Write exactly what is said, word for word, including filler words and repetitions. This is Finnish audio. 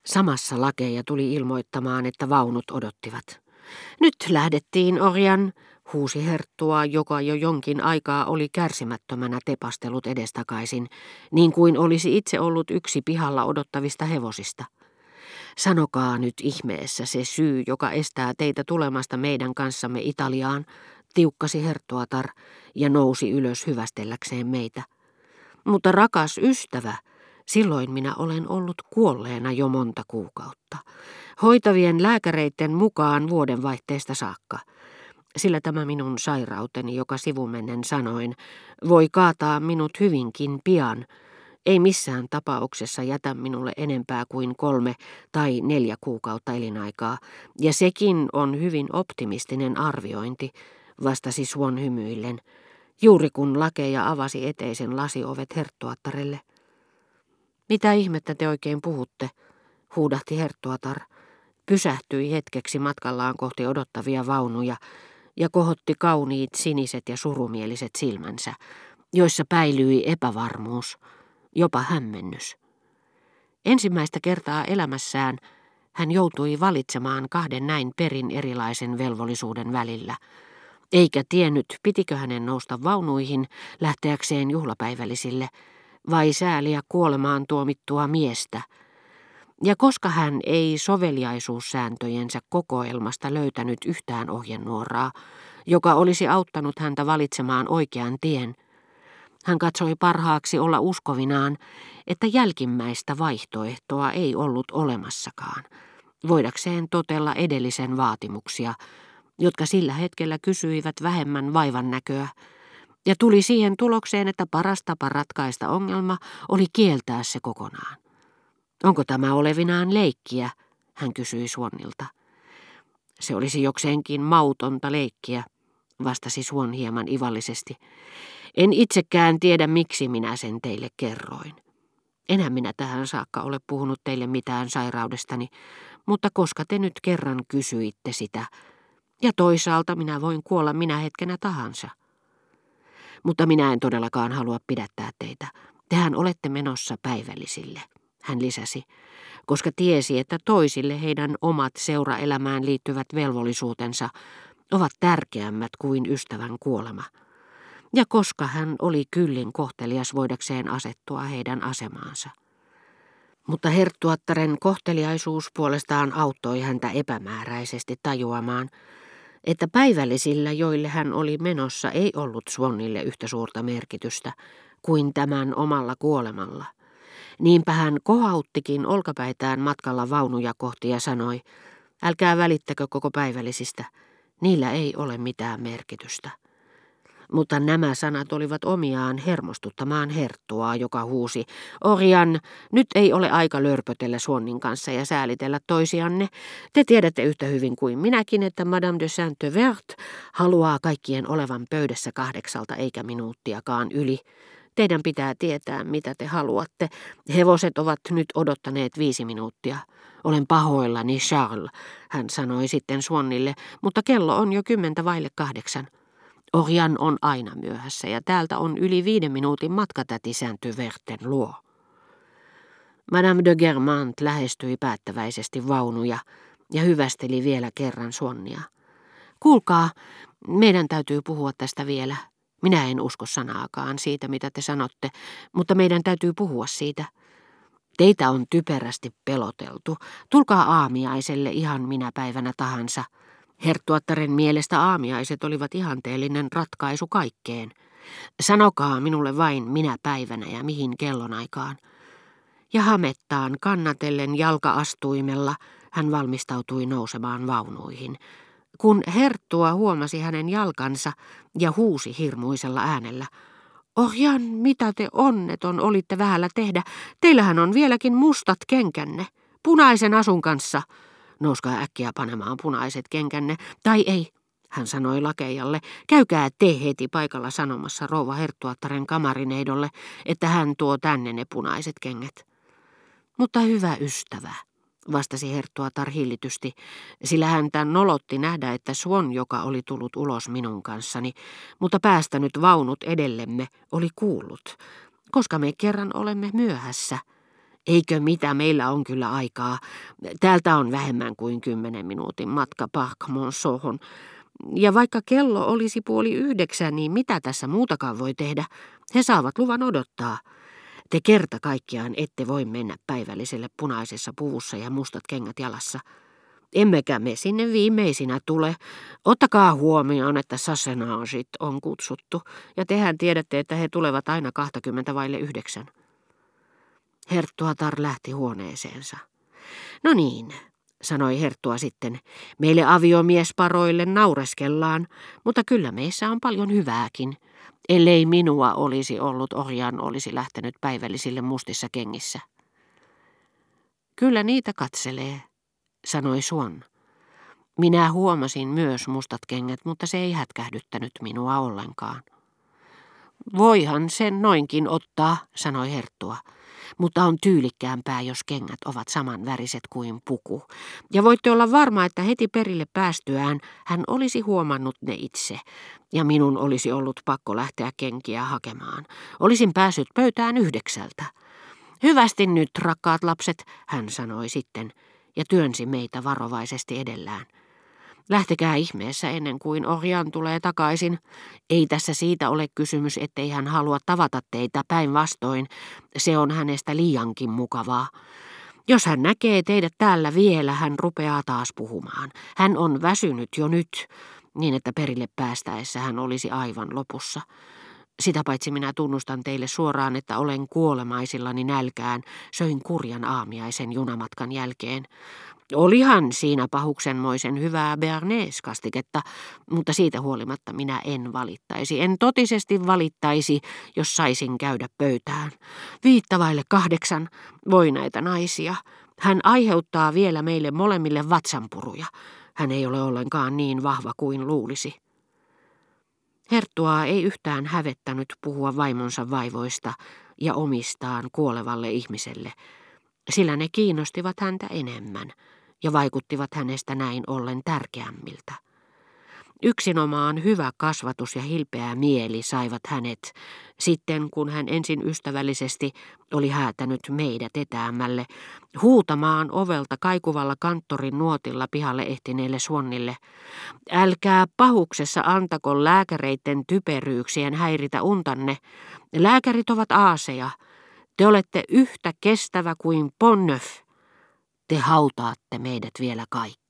Samassa lakeja tuli ilmoittamaan, että vaunut odottivat. Nyt lähdettiin, Orjan, huusi Herttua, joka jo jonkin aikaa oli kärsimättömänä tepastellut edestakaisin, niin kuin olisi itse ollut yksi pihalla odottavista hevosista. Sanokaa nyt ihmeessä se syy, joka estää teitä tulemasta meidän kanssamme Italiaan, tiukkasi Herttuatar ja nousi ylös hyvästelläkseen meitä. Mutta rakas ystävä, silloin minä olen ollut kuolleena jo monta kuukautta. Hoitavien lääkäreiden mukaan vuodenvaihteesta saakka. Sillä tämä minun sairauteni, joka sivumennen sanoin, voi kaataa minut hyvinkin pian. Ei missään tapauksessa jätä minulle enempää kuin kolme tai neljä kuukautta elinaikaa, ja sekin on hyvin optimistinen arviointi, vastasi Swan hymyillen, juuri kun lakeja avasi eteisen lasiovet Herttuattarelle. Mitä ihmettä te oikein puhutte, huudahti Herttuatar, pysähtyi hetkeksi matkallaan kohti odottavia vaunuja ja kohotti kauniit siniset ja surumieliset silmänsä, joissa päilyi epävarmuus, jopa hämmennys. Ensimmäistä kertaa elämässään hän joutui valitsemaan kahden näin perin erilaisen velvollisuuden välillä, eikä tiennyt, pitikö hänen nousta vaunuihin lähteäkseen juhlapäivällisille vai sääliä kuolemaan tuomittua miestä. Ja koska hän ei soveliaisuussääntöjensä kokoelmasta löytänyt yhtään ohjenuoraa, joka olisi auttanut häntä valitsemaan oikean tien, hän katsoi parhaaksi olla uskovinaan, että jälkimmäistä vaihtoehtoa ei ollut olemassakaan, voidakseen totella edellisen vaatimuksia, jotka sillä hetkellä kysyivät vähemmän vaivan näköä, ja tuli siihen tulokseen, että paras tapa ratkaista ongelma oli kieltää se kokonaan. Onko tämä olevinaan leikkiä, hän kysyi Swannilta. Se olisi jokseenkin mautonta leikkiä, vastasi Swan hieman ivallisesti. En itsekään tiedä, miksi minä sen teille kerroin. Enhän minä tähän saakka ole puhunut teille mitään sairaudestani, mutta koska te nyt kerran kysyitte sitä, ja toisaalta minä voin kuolla minä hetkenä tahansa. Mutta minä en todellakaan halua pidättää teitä. Tehän olette menossa päivällisille, hän lisäsi, koska tiesi, että toisille heidän omat seuraelämään liittyvät velvollisuutensa ovat tärkeämmät kuin ystävän kuolema. Ja koska hän oli kyllin kohtelias voidakseen asettua heidän asemaansa. Mutta Herttuattaren kohteliaisuus puolestaan auttoi häntä epämääräisesti tajuamaan, että päivällisillä, joille hän oli menossa, ei ollut Swannille yhtä suurta merkitystä kuin tämän omalla kuolemalla. Niinpä hän kohauttikin olkapäitään matkalla vaunuja kohti ja sanoi, älkää välittäkö koko päivällisistä, niillä ei ole mitään merkitystä. Mutta nämä sanat olivat omiaan hermostuttamaan Herttua, joka huusi, Orjan, nyt ei ole aika lörpötellä Swannin kanssa ja säälitellä toisianne. Te tiedätte yhtä hyvin kuin minäkin, että Madame de Saint-Evert haluaa kaikkien olevan pöydässä kahdeksalta eikä minuuttiakaan yli. Teidän pitää tietää, mitä te haluatte. Hevoset ovat nyt odottaneet viisi minuuttia. Olen pahoillani, Charles, hän sanoi sitten Swannille, mutta kello on jo kymmentä vaille kahdeksan. Orjan on aina myöhässä ja täältä on yli viiden minuutin matka täti Saint-Everten luo. Madame de Guermantes lähestyi päättäväisesti vaunuja ja hyvästeli vielä kerran Swannia. Kuulkaa, meidän täytyy puhua tästä vielä. Minä en usko sanaakaan siitä, mitä te sanotte, mutta meidän täytyy puhua siitä. Teitä on typerästi peloteltu. Tulkaa aamiaiselle ihan minä päivänä tahansa. Herttuattaren mielestä aamiaiset olivat ihanteellinen ratkaisu kaikkeen. Sanokaa minulle vain minä päivänä ja mihin kellonaikaan. Ja hamettaan kannatellen jalka-astuimella hän valmistautui nousemaan vaunuihin. Kun Herttua huomasi hänen jalkansa ja huusi hirmuisella äänellä, Orjan, mitä te onneton olitte vähällä tehdä, teillähän on vieläkin mustat kenkänne, punaisen asun kanssa. Nouskaa äkkiä panemaan punaiset kenkänne, tai ei, hän sanoi lakeijalle, käykää te heti paikalla sanomassa rouva Herttuattaren kamarineidolle, että hän tuo tänne ne punaiset kengät. Mutta hyvä ystävä, vastasi Herttuatar hillitysti, sillä häntä nolotti nähdä, että Swan, joka oli tullut ulos minun kanssani, mutta päästänyt vaunut edellemme, oli kuullut, koska me kerran olemme myöhässä. Eikö mitä, meillä on kyllä aikaa. Täältä on vähemmän kuin kymmenen minuutin matka Parc Monceauhun. Ja vaikka kello olisi puoli yhdeksän, niin mitä tässä muutakaan voi tehdä? He saavat luvan odottaa. Te kerta kaikkiaan ette voi mennä päivälliselle punaisessa puvussa ja mustat kengät jalassa. Emmekä me sinne viimeisinä tule. Ottakaa huomioon, että sassenagit on kutsuttu, ja tehän tiedätte, että he tulevat aina kaksikymmentä vaille yhdeksän. Herttuatar lähti huoneeseensa. No niin, sanoi Herttua sitten, meille aviomiesparoille naureskellaan, mutta kyllä meissä on paljon hyvääkin. Ellei minua olisi ollut, Orjan olisi lähtenyt päivällisille mustissa kengissä. Kyllä niitä katselee, sanoi Swan. Minä huomasin myös mustat kengät, mutta se ei hätkähdyttänyt minua ollenkaan. Voihan sen noinkin ottaa, sanoi Herttua, mutta on tyylikkäämpää, jos kengät ovat samanväriset kuin puku. Ja voitte olla varma, että heti perille päästyään hän olisi huomannut ne itse, ja minun olisi ollut pakko lähteä kenkiä hakemaan. Olisin päässyt pöytään yhdeksältä. Hyvästi nyt, rakkaat lapset, hän sanoi sitten, ja työnsi meitä varovaisesti edellään. Lähtekää ihmeessä ennen kuin Orjan tulee takaisin. Ei tässä siitä ole kysymys, ettei hän halua tavata teitä, päinvastoin. Se on hänestä liiankin mukavaa. Jos hän näkee teidät täällä vielä, hän rupeaa taas puhumaan. Hän on väsynyt jo nyt, niin että perille päästäessä hän olisi aivan lopussa. Sitä paitsi minä tunnustan teille suoraan, että olen kuolemaisillani nälkään, söin kurjan aamiaisen junamatkan jälkeen. Olihan siinä pahuksenmoisen hyvää bearnaise-kastiketta, mutta siitä huolimatta minä en valittaisi. En totisesti valittaisi, jos saisin käydä pöytään. Viittavaille kahdeksan, voi näitä naisia. Hän aiheuttaa vielä meille molemmille vatsanpuruja. Hän ei ole ollenkaan niin vahva kuin luulisi. Herttua ei yhtään hävettänyt puhua vaimonsa vaivoista ja omistaan kuolevalle ihmiselle, sillä ne kiinnostivat häntä enemmän ja vaikuttivat hänestä näin ollen tärkeämmiltä. Yksinomaan hyvä kasvatus ja hilpeä mieli saivat hänet, sitten kun hän ensin ystävällisesti oli häätänyt meidät etäämmälle, huutamaan ovelta kaikuvalla kanttorin nuotilla pihalle ehtineelle Swannille. Älkää pahuksessa antako lääkäreiden typeryyksien häiritä untanne. Lääkärit ovat aaseja. Te olette yhtä kestävä kuin Pont Neuf. Te hautaatte meidät vielä kaikki.